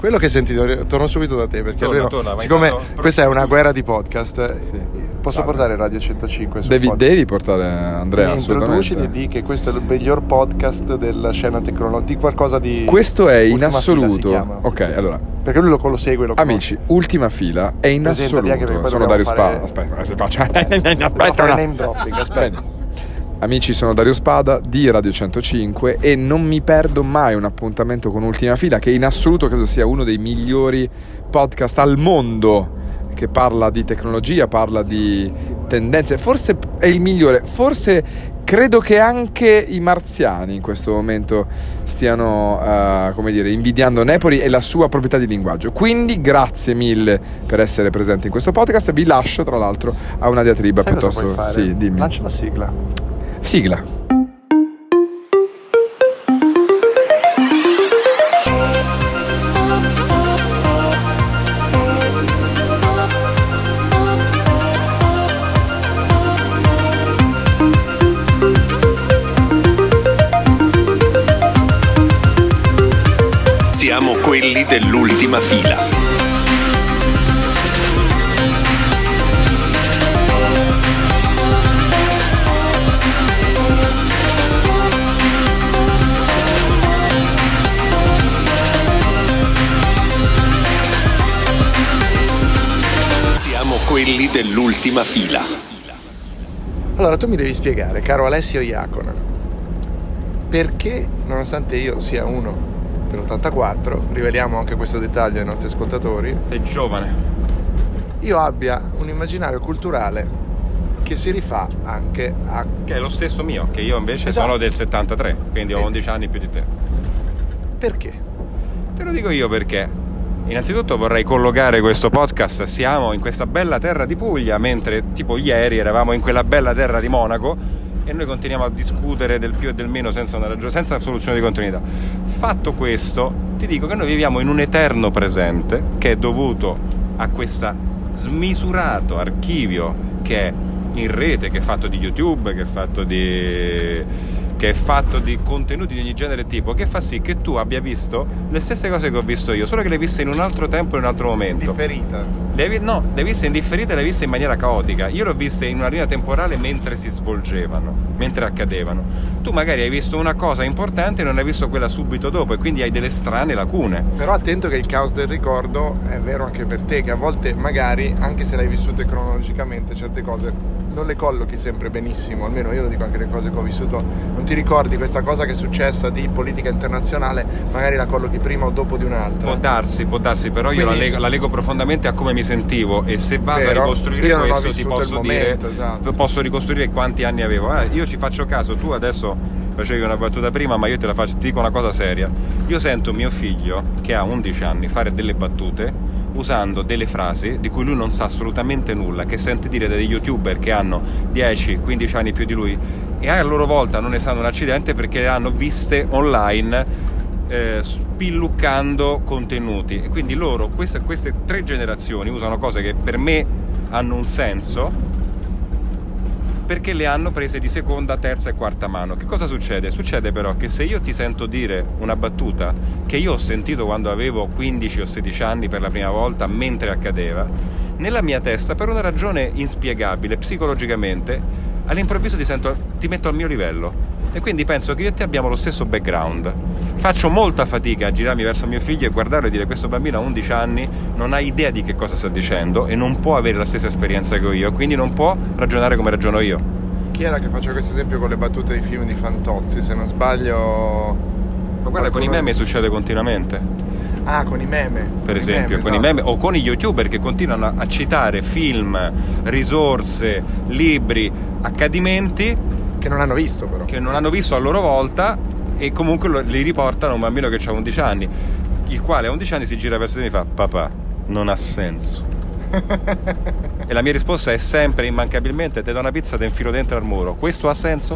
Quello che senti, torno subito da te perché siccome questa è una guerra di podcast, posso portare Radio 105 devi portare Andrea, introduci e di che questo è il miglior podcast della scena tecnologica, di qualcosa di questo è in Ultima assoluto Fila si chiama. Ok, allora perché lui lo segue, lo conosce. Amici, Ultima Fila è in assoluto. Sono Dario Spada. Aspetta. Amici, sono Dario Spada di Radio 105 e non mi perdo mai un appuntamento con Ultima Fila, che in assoluto credo sia uno dei migliori podcast al mondo, che parla di tecnologia, parla di tendenze. Forse è il migliore, forse credo che anche i marziani in questo momento stiano invidiando Nepori e la sua proprietà di linguaggio. Quindi grazie mille per essere presenti in questo podcast. Vi lascio tra l'altro a una diatriba. Sai piuttosto cosa puoi fare? Sì, dimmi. Lancia la sigla. Siamo quelli dell'ultima fila. Siamo quelli dell'ultima fila. Allora tu mi devi spiegare, caro Alessio Iacono, perché nonostante io sia uno dell'84, riveliamo anche questo dettaglio ai nostri ascoltatori, sei giovane, io abbia un immaginario culturale che si rifà anche a... che è lo stesso mio, che io invece Esatto. sono del 73, quindi ho 11 anni più di te. Perché? Te lo dico io perché innanzitutto vorrei collocare questo podcast. Siamo in questa bella terra di Puglia, mentre tipo ieri eravamo in quella bella terra di Monaco e noi continuiamo a discutere del più e del meno senza una ragione, senza soluzione di continuità. Fatto questo, ti dico che noi viviamo in un eterno presente che è dovuto a questo smisurato archivio che è in rete, che è fatto di YouTube, che è fatto di contenuti di ogni genere e tipo, che fa sì che tu abbia visto le stesse cose che ho visto io, solo che le hai viste in un altro tempo e in un altro momento. Differita? Le hai viste in differita e le hai viste in maniera caotica. Io le ho viste in una linea temporale mentre si svolgevano, mentre accadevano. Tu magari hai visto una cosa importante e non hai visto quella subito dopo, e quindi hai delle strane lacune. Però attento che il caos del ricordo è vero anche per te, che a volte magari, anche se le hai vissute cronologicamente, certe cose non le collochi sempre benissimo, almeno io lo dico anche le cose che ho vissuto. Non ti ricordi questa cosa che è successa di politica internazionale, magari la collochi prima o dopo di un'altra. Può darsi, però io la lego profondamente a come mi sentivo, e se vado a ricostruire questo ti posso dire, esatto. Posso ricostruire quanti anni avevo. Io ci faccio caso, tu adesso facevi una battuta prima, ma io te la faccio, ti dico una cosa seria. Io sento mio figlio, che ha 11 anni, fare delle battute usando delle frasi di cui lui non sa assolutamente nulla, che sente dire da dei youtuber che hanno 10-15 anni più di lui, e a loro volta non ne sanno un accidente perché le hanno viste online spilluccando contenuti. E quindi loro, queste 3 generazioni usano cose che per me hanno un senso perché le hanno prese di seconda, terza e quarta mano. Che cosa succede? Succede però che se io ti sento dire una battuta che io ho sentito quando avevo 15 o 16 anni per la prima volta mentre accadeva, nella mia testa, per una ragione inspiegabile psicologicamente, all'improvviso ti metto al mio livello, e quindi penso che io e te abbiamo lo stesso background. Faccio molta fatica a girarmi verso mio figlio e guardarlo e dire: questo bambino ha 11 anni, non ha idea di che cosa sta dicendo e non può avere la stessa esperienza che ho io, quindi non può ragionare come ragiono io. Chi era che faceva questo esempio con le battute dei film di Fantozzi, se non sbaglio? Ma guarda, con i meme succede continuamente. Ah, con i meme. Per esempio, con i meme o con gli youtuber che continuano a citare film, risorse, libri, accadimenti che non hanno visto, però. Che non hanno visto a loro volta, e comunque li riportano a un bambino che ha 11 anni, il quale a 11 anni si gira verso di me e fa: papà, non ha senso. E la mia risposta è sempre, immancabilmente: te do una pizza, te infilo dentro al muro. Questo ha senso?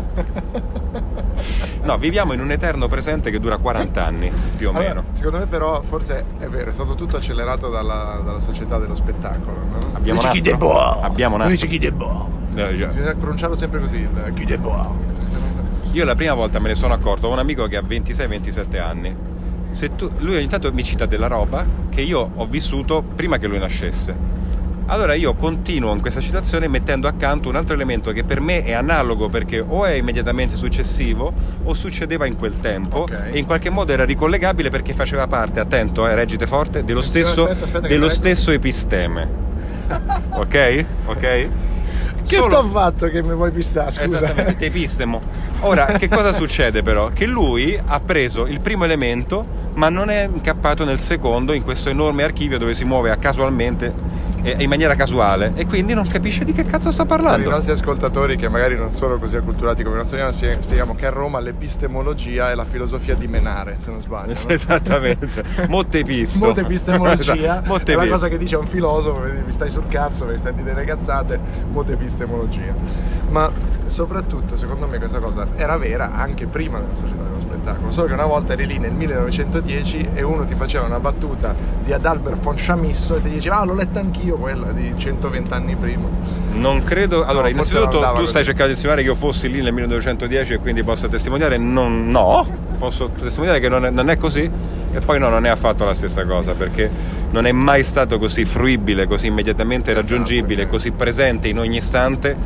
No, viviamo in un eterno presente che dura 40 anni, più o meno. Secondo me però forse è vero, è stato tutto accelerato dalla società dello spettacolo, no? Abbiamo Nastro. Bisogna pronunciarlo sempre così, Io la prima volta me ne sono accorto, ho un amico che ha 26-27 anni lui ogni tanto mi cita della roba che io ho vissuto prima che lui nascesse. Allora io continuo in questa citazione mettendo accanto un altro elemento che per me è analogo, perché o è immediatamente successivo o succedeva in quel tempo, Ok. e in qualche modo era ricollegabile perché faceva parte, attento, reggite forte, dello stesso, aspetta che dello leggo. stesso episteme. Ok? Ok? Che Solo- t'ho fatto che mi vuoi pistare, scusa? Esattamente, te epistemo. Ora, che cosa succede però? Che lui ha preso il primo elemento, ma non è incappato nel secondo, in questo enorme archivio dove si muove casualmente e in maniera casuale, e quindi non capisce di che cazzo sta Per i parlando. nostri ascoltatori che magari non sono così acculturati come i nostri, spieghiamo che a Roma l'epistemologia è la filosofia di menare, se non sbaglio, no? Esattamente. Mottepisto. Motepistemologia è la Mottepisto. cosa che dice un filosofo, vedi, mi stai sul cazzo perché stai di delle cazzate, motepistemologia. Ma soprattutto secondo me questa cosa era vera anche prima della società dello spettacolo, solo che una volta eri lì nel 1910 e uno ti faceva una battuta di Adalbert von Chamisso e ti diceva l'ho letta anch'io quella di 120 anni prima. Non credo. Allora, No, forse innanzitutto non andava tu così. stai cercando di insinuare che io fossi lì nel 1910 e quindi posso testimoniare? No, posso testimoniare che non è così. E poi no, non è affatto la stessa cosa, perché non è mai stato così fruibile, così immediatamente raggiungibile, così presente in ogni istante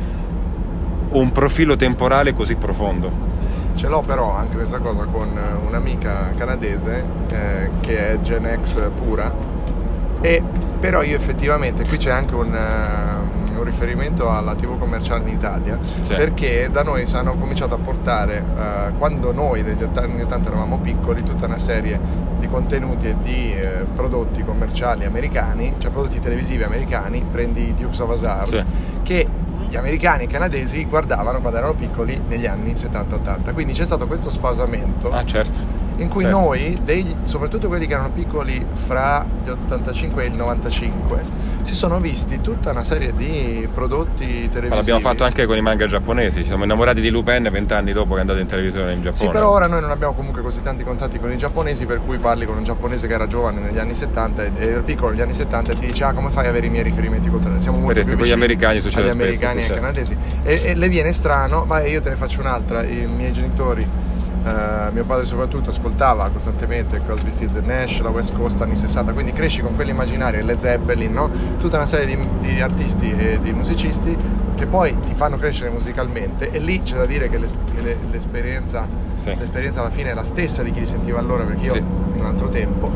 un profilo temporale così profondo. Ce l'ho però anche questa cosa con un'amica canadese che è Gen X pura, e però io effettivamente qui c'è anche un riferimento alla TV commerciale in Italia, Sì. perché da noi hanno cominciato a portare quando noi negli anni 80 eravamo piccoli tutta una serie di contenuti e di prodotti commerciali americani, cioè prodotti televisivi americani, prendi Dukes of Hazzard, Sì. che gli americani e i canadesi guardavano quando erano piccoli negli anni 70-80, quindi c'è stato questo sfasamento Ah, certo. in cui Certo. noi, soprattutto quelli che erano piccoli fra gli 85 e il 95, si sono visti tutta una serie di prodotti televisivi. Ma l'abbiamo fatto anche con i manga giapponesi. Ci siamo innamorati di Lupin 20 anni dopo che è andato in televisione in Giappone. Sì, però ora noi non abbiamo comunque così tanti contatti con i giapponesi, per cui parli con un giapponese che era giovane negli anni 70 ed era piccolo negli anni 70 e ti dice come fai ad avere i miei riferimenti culturali? Siamo molto Vedete, più con gli vicini americani succede agli spesso, americani e sì, ai certo. canadesi e le viene strano, ma io te ne faccio un'altra. I miei genitori, mio padre soprattutto, ascoltava costantemente Crosby, Stills & Nash, la West Coast anni 60, quindi cresci con quell'immaginario, Led Zeppelin, no? Tutta una serie di artisti e di musicisti che poi ti fanno crescere musicalmente, e lì c'è da dire che l'esperienza Sì. l'esperienza alla fine è la stessa di chi li sentiva allora, perché io Sì. in un altro tempo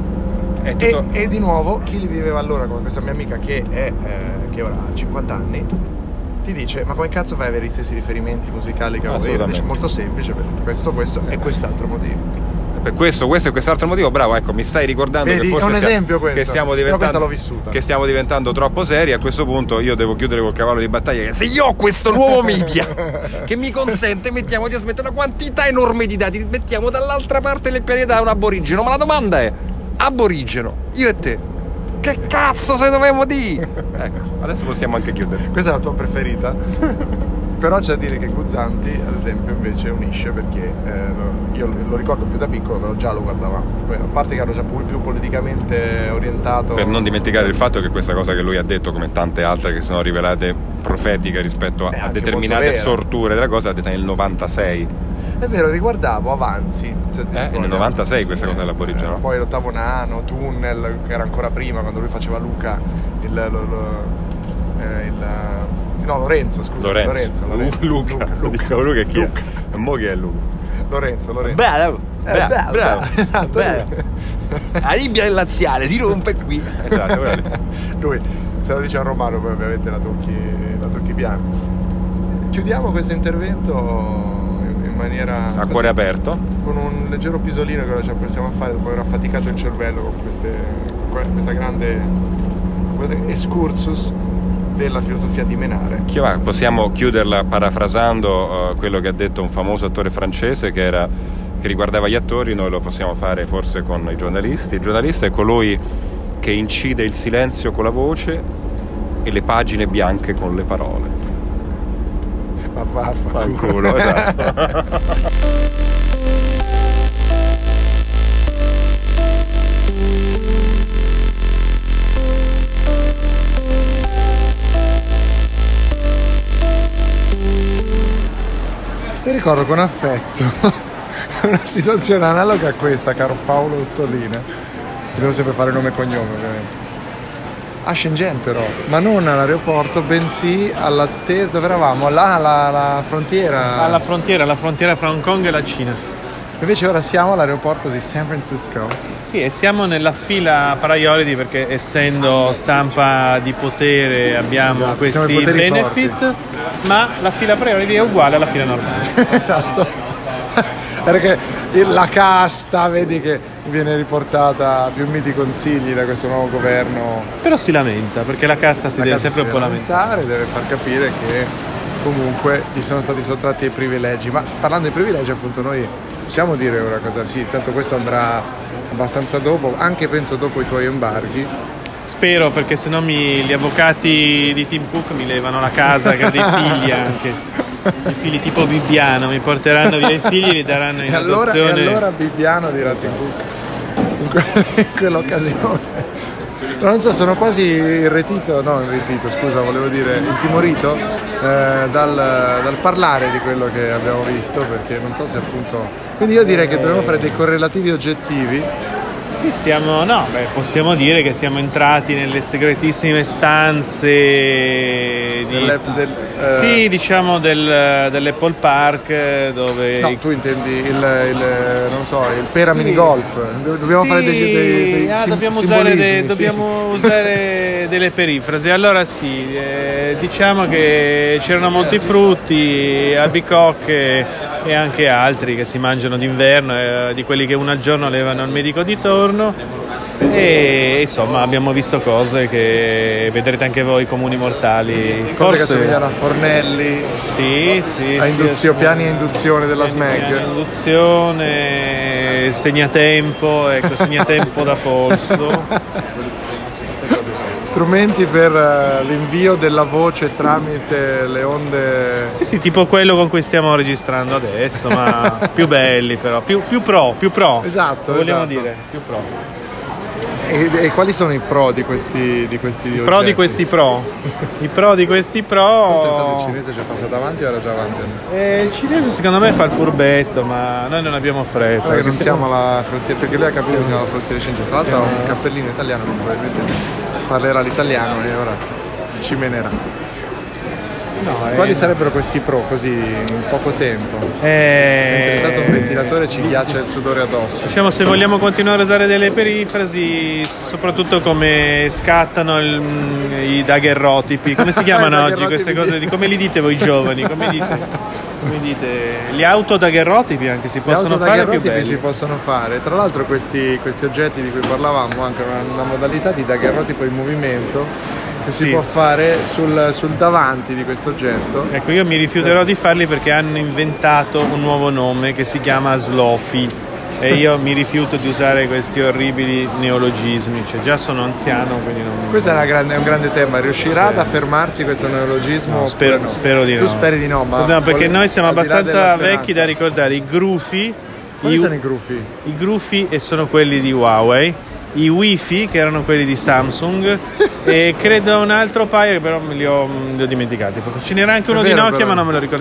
È tutto... e di nuovo chi li viveva allora, come questa mia amica che ora ha 50 anni, ti dice ma come cazzo fai ad avere i stessi riferimenti musicali che avevo io? Assolutamente. Dice molto semplice, per questo e quest'altro motivo. Per questo e quest'altro motivo, bravo, ecco, mi stai ricordando Vedi, che forse è un esempio questo, che stiamo però questa diventando, l'ho vissuta. che stiamo diventando troppo seri. A questo punto io devo chiudere col cavallo di battaglia, che se io ho questo nuovo media che mi consente, mettiamo di trasmettere una quantità enorme di dati, mettiamo dall'altra parte del pianeta un aborigeno, ma la domanda è: aborigeno, io e te, che cazzo se dovremmo dire? Ecco, adesso possiamo anche chiudere. Questa è la tua preferita? Però c'è da dire che Guzzanti, ad esempio, invece unisce, perché io lo ricordo più da piccolo, però già lo guardavamo. A parte che ero già più politicamente orientato. Per non dimenticare il fatto che questa cosa che lui ha detto, come tante altre che sono rivelate profetiche rispetto a anche determinate molto vera. storture della cosa, l'ha detta nel 96. È vero, riguardavo Avanzi. Se ti ricordi, nel 96 Avanzi, questa cosa dell'aborigeno. Poi l'Ottavo Nano, Tunnel, che era ancora prima, quando lui faceva Luca, Lorenzo, scusa. Luca. Dico Luca è chi Luca. è? Mo chi è Luca? Lorenzo. Bravo. Esatto. La Libia del laziale si rompe qui. Esatto, quello lì. Lui, se lo dice a Romano, poi ovviamente la tocchi piano. Chiudiamo questo intervento in maniera A cuore aperto. con un leggero pisolino che ora ci apprestiamo a fare dopo aver affaticato il cervello con questa grande excursus della filosofia di menare. Possiamo chiuderla parafrasando quello che ha detto un famoso attore francese che riguardava gli attori. Noi lo possiamo fare forse con i giornalisti. Il giornalista è colui che incide il silenzio con la voce e le pagine bianche con le parole. Ma vaffanculo. Fanculo, esatto. Io ricordo con affetto una situazione analoga a questa, caro Paolo Ottolina. Devo sempre fare nome e cognome, ovviamente. A Shenzhen però, ma non all'aeroporto, bensì all'attesa, dove eravamo? Là alla frontiera. Alla frontiera fra Hong Kong e la Cina. Invece ora siamo all'aeroporto di San Francisco. Sì, e siamo nella fila priority perché essendo stampa di potere abbiamo questi benefit, forti. Ma la fila priority è uguale alla fila normale. Esatto. Perché la casta, vedi che viene riportata a più miti consigli da questo nuovo governo. Però si lamenta, perché la casta si deve sempre un po' lamentare. Deve far capire che comunque gli sono stati sottratti i privilegi. Ma parlando di privilegi, appunto, noi possiamo dire una cosa, sì, tanto questo andrà abbastanza dopo, anche penso dopo i tuoi embarghi. Spero, perché sennò gli avvocati di Tim Cook mi levano la casa, che ho dei figli anche. I figli tipo Bibbiano, mi porteranno via i figli e li daranno in adozione. E allora Bibbiano dirà Tim Cook in quell'occasione. Non so, sono quasi irretito, scusa, volevo dire intimorito dal parlare di quello che abbiamo visto, perché non so se appunto... Quindi io direi che dovremmo fare dei correlativi oggettivi. Sì, possiamo dire che siamo entrati nelle segretissime stanze dell'Apple Park, dove... No, tu intendi il Pera Mini Golf. Dobbiamo fare dei dobbiamo usare delle perifrasi. Allora sì, diciamo che c'erano molti frutti, albicocche e anche altri che si mangiano d'inverno, di quelli che uno al giorno levano al medico di torno, e insomma abbiamo visto cose che vedrete anche voi comuni mortali, cose che somigliano a fornelli, piani a induzione della SMEG, induzione, segnatempo da polso. Strumenti per l'invio della voce tramite le onde. Sì, tipo quello con cui stiamo registrando adesso, ma più belli però, più pro. Esatto, vogliamo dire, più pro. E quali sono i pro di questi oggetti? I pro di questi pro. I pro di questi pro. Il cinese ci è passato avanti o era già avanti? Il cinese secondo me fa il furbetto, ma noi non abbiamo fretta. Perché non siamo alla frontiera, perché lui ha capito che siamo alla frontiera cinese. Tra l'altro ha un cappellino italiano, probabilmente parlerà l'italiano e ora ci menerà. Quali sarebbero questi pro così in poco tempo? Mentre intanto un ventilatore ci ghiaccia il sudore addosso. Diciamo, se vogliamo continuare a usare delle perifrasi, soprattutto come scattano i daguerrotipi, come si chiamano oggi queste cose? Come li dite voi giovani? Come dite? Gli autodaguerrotipi anche si possono fare più belli. Si possono fare. Tra l'altro questi oggetti di cui parlavamo, anche una modalità di daguerrotipo in movimento che si può fare sul davanti di questo oggetto. Ecco, io mi rifiuterò di farli perché hanno inventato un nuovo nome che si chiama Slofi, e io mi rifiuto di usare questi orribili neologismi, cioè già sono anziano, quindi non... Questo è un grande tema, riuscirà ad affermarsi questo neologismo? No, spero di no. Tu speri di no, ma... No, perché noi siamo abbastanza vecchi da ricordare i Grufi. Quali sono i Grufi? I Grufi sono quelli di Huawei, i Wi-Fi che erano quelli di Samsung e credo un altro paio che però li ho dimenticati. Ce n'era anche uno di Nokia, ma non me lo ricordo.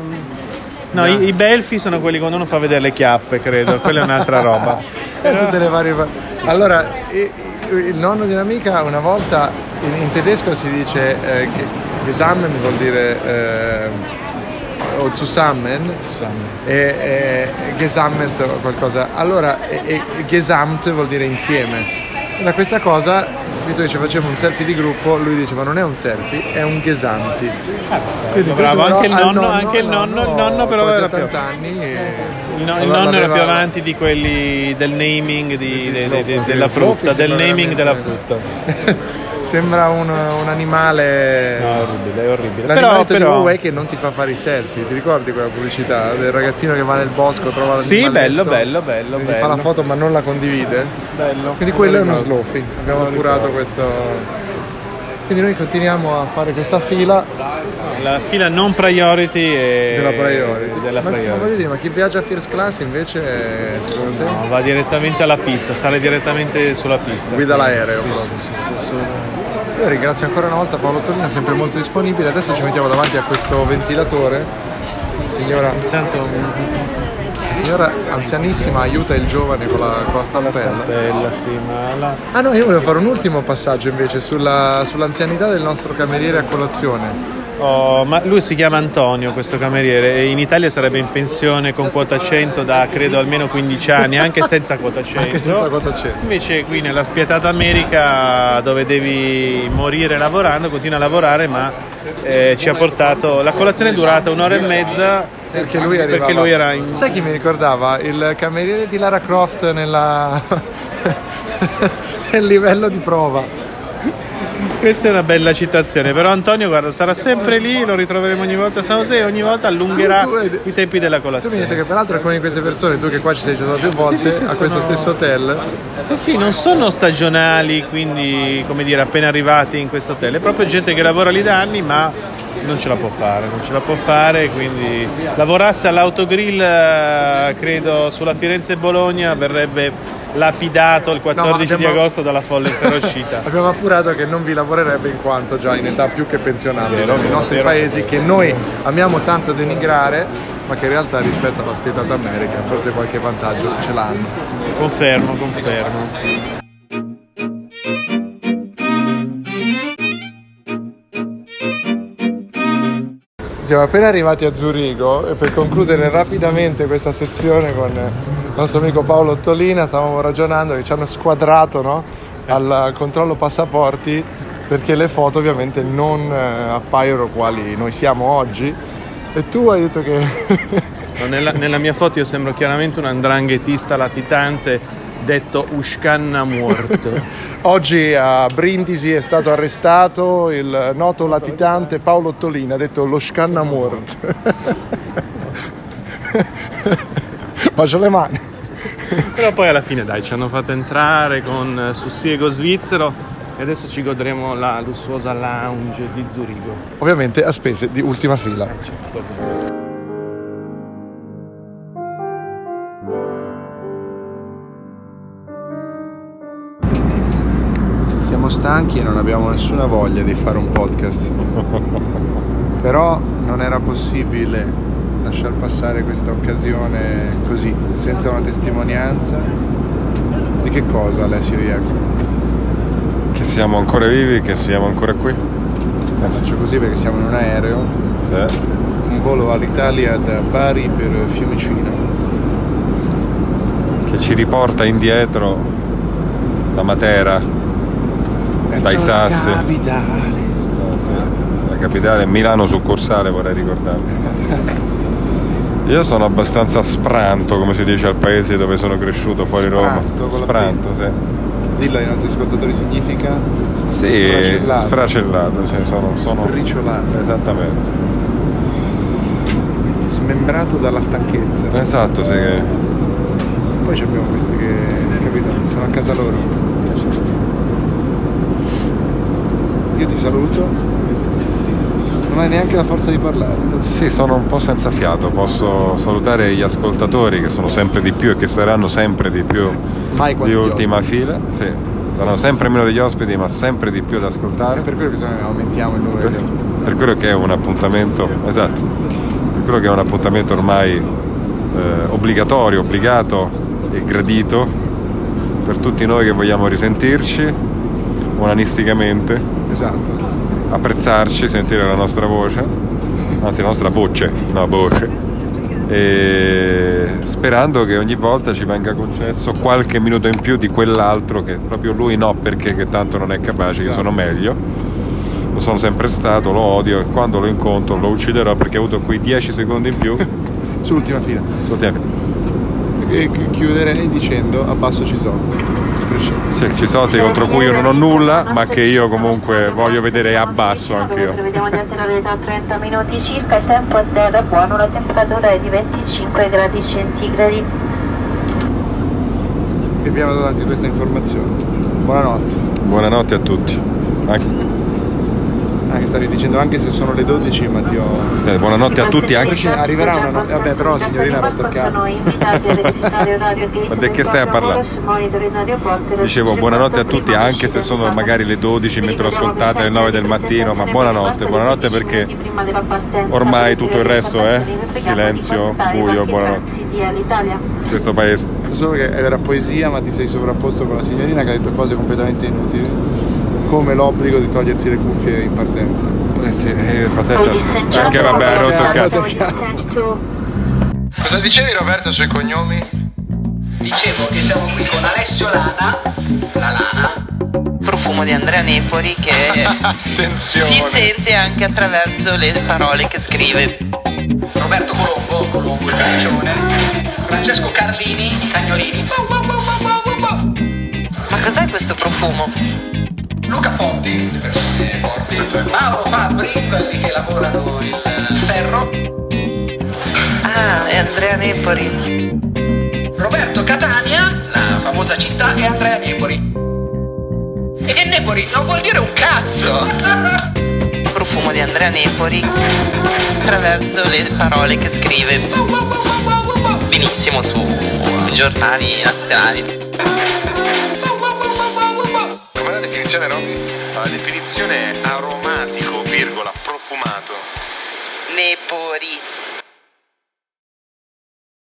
I Belfi sono quelli quando uno fa vedere le chiappe, credo, quella è un'altra roba. Tutte le varie... Allora, il nonno di un'amica una volta in tedesco si dice Gesammen vuol dire o zusammen e Gesamt o qualcosa. Allora Gesamt vuol dire insieme. Da questa cosa, visto che ci facciamo un selfie di gruppo, lui dice ma non è un selfie, è un Gesamti. Quindi bravo, anche il nonno però aveva 70 anni. Il nonno era più avanti di quelli del naming della frutta, del naming della frutta. Sembra un animale. No, è orribile. L'animaletto di Huawei che non ti fa fare i selfie. Ti ricordi quella pubblicità del ragazzino che va nel bosco, trova l'animaletto? Sì, bello. Ti fa la foto ma non la condivide? Bello. Quindi quello è uno Slofi. Abbiamo curato questo. Quindi noi continuiamo a fare questa fila. La fila non priority della priority. Ma voglio dire, ma chi viaggia first class invece secondo te? No, va direttamente alla pista, sale direttamente sulla pista. Guida l'aereo. Sì. Io ringrazio ancora una volta Paolo Ottolina, sempre molto disponibile. Adesso ci mettiamo davanti a questo ventilatore Signora, Intanto la signora anzianissima aiuta il giovane con la stampella. sì, ma Ah no, io volevo fare un ultimo passaggio invece sull'anzianità del nostro cameriere a colazione. ma lui si chiama Antonio, questo cameriere, e in Italia sarebbe in pensione con quota 100 da credo almeno 15 anni, anche senza quota 100. Anche senza quota 100. Invece qui nella spietata America, dove devi morire lavorando, continua a lavorare, ma ci ha portato... La colazione è durata 1 ora e mezza Perché lui era in... Sai chi mi ricordava? Il cameriere di Lara Croft nel livello di prova. Questa è una bella citazione, però Antonio, guarda, sarà sempre lì, lo ritroveremo ogni volta a San José e ogni volta allungherà i tempi della Tu mi hai colazione. detto che peraltro alcune di queste persone, tu che qua ci sei stato più volte, Sì, a questo stesso hotel. Sì, non sono stagionali, quindi come dire appena arrivati in questo hotel, è proprio gente che lavora lì da anni ma non ce la può fare, quindi lavorasse all'autogrill credo sulla Firenze-Bologna verrebbe lapidato il 14 di agosto dalla folla inferocita. Abbiamo appurato che non vi lavorerebbe in quanto già in età più che pensionabile Vero, nei nostri vero. paesi che noi amiamo tanto denigrare, ma che in realtà rispetto alla spietata America forse qualche vantaggio ce l'hanno. Confermo. Siamo appena arrivati a Zurigo e per concludere rapidamente questa sezione con il nostro amico Paolo Ottolina stavamo ragionando che ci hanno squadrato, no? Al controllo passaporti perché le foto ovviamente non appaiono quali noi siamo oggi e tu hai detto che Nella mia foto io sembro chiaramente un 'ndranghetista latitante detto Ushkanna Muort. oggi a Brindisi è stato arrestato il noto latitante Paolo Ottolina, detto lo Scannamort. Bacio le mani. Però poi alla fine dai, ci hanno fatto entrare con sussiego svizzero e adesso ci godremo la lussuosa lounge di Zurigo. Ovviamente a spese di ultima fila. Siamo stanchi e non abbiamo nessuna voglia di fare un podcast. Però non era possibile lasciar passare questa occasione così, senza una testimonianza. Di che cosa, Alessio Iacono? Che siamo ancora vivi, che siamo ancora qui. Faccio così perché siamo in un aereo, Sì. un volo all'Italia da Bari per Fiumicino. Che ci riporta indietro da Matera, dai Sassi. Capitale. Sì. La capitale, Milano succursale, vorrei ricordarvi. Io sono abbastanza spranto, come si dice al paese dove sono cresciuto, fuori Spranto, Roma. con la Spranto, sì. Dillo ai nostri ascoltatori, significa? Sì, sfracellato, sì, sono Sbriciolato. esattamente. Smembrato dalla stanchezza. Esatto, sì. Poi ci abbiamo questi che, capito, sono a casa loro. Io ti saluto. Non hai neanche la forza di parlare. Sì, sono un po' senza fiato. Posso salutare gli ascoltatori che sono sempre di più e che saranno sempre di più Mai di quanti ultima fila. Sì, saranno sempre meno degli ospiti, ma sempre di più ad È ascoltare. per quello che aumentiamo il numero di ospiti. Per quello che è un appuntamento, esatto, per quello che è un appuntamento ormai obbligatorio, obbligato e gradito per tutti noi che vogliamo risentirci onanisticamente, Esatto. apprezzarci, sentire la nostra voce, anzi la nostra voce, e sperando che ogni volta ci venga concesso qualche minuto in più di quell'altro che proprio lui no, perché che tanto non è capace, che sono meglio. Lo sono sempre stato, lo odio e quando lo incontro lo ucciderò perché ha avuto quei 10 secondi in più. Sull'ultima fila. Sul tempo. E chiuderei dicendo abbasso Cisotti. Sì, Cisotti contro cui io non ho nulla, ma che io comunque voglio vedere a basso anch'io. Prevediamo di atterrare tra 30 minuti circa, il tempo a terra è buono, la temperatura è di 25 gradi centigradi. Vi abbiamo dato anche questa informazione. Buonanotte. Buonanotte a tutti. Anche... che stavi dicendo anche se sono le 12, ma ti ho... Buonanotte a tutti anche. Arriverà una notte, vabbè, però signorina rotto il cazzo. Ma di che stai a parlare? Dicevo buonanotte a tutti anche se sono magari le 12 mentre lo ascoltate alle 9 del mattino, ma buonanotte perché ormai tutto il resto è silenzio, buio, buonanotte. Questo paese. Solo che era poesia, ma ti sei sovrapposto con la signorina che ha detto cose completamente inutili, come l'obbligo di togliersi le cuffie in partenza. Sì, in partenza. Anche vabbè, hai rotto il cazzo. Cosa dicevi Roberto sui cognomi? Dicevo che siamo qui con Alessio Lana, la Lana, profumo di Andrea Nepori che si sente anche attraverso le parole che scrive. Roberto Colombo il cancione, Francesco Carlini, i cagnolini. Ma cos'è questo profumo? Luca Forti, le persone forti, Mauro Fabbri, quelli che lavorano il ferro. Ah, è Andrea Nepori. Roberto Catania, la famosa città, e Andrea Nepori. E che Nepori non vuol dire un cazzo! Profumo di Andrea Nepori attraverso le parole che scrive benissimo su giornali nazionali. Com'è la definizione, Roby? La definizione è aromatico, profumato. Nepori.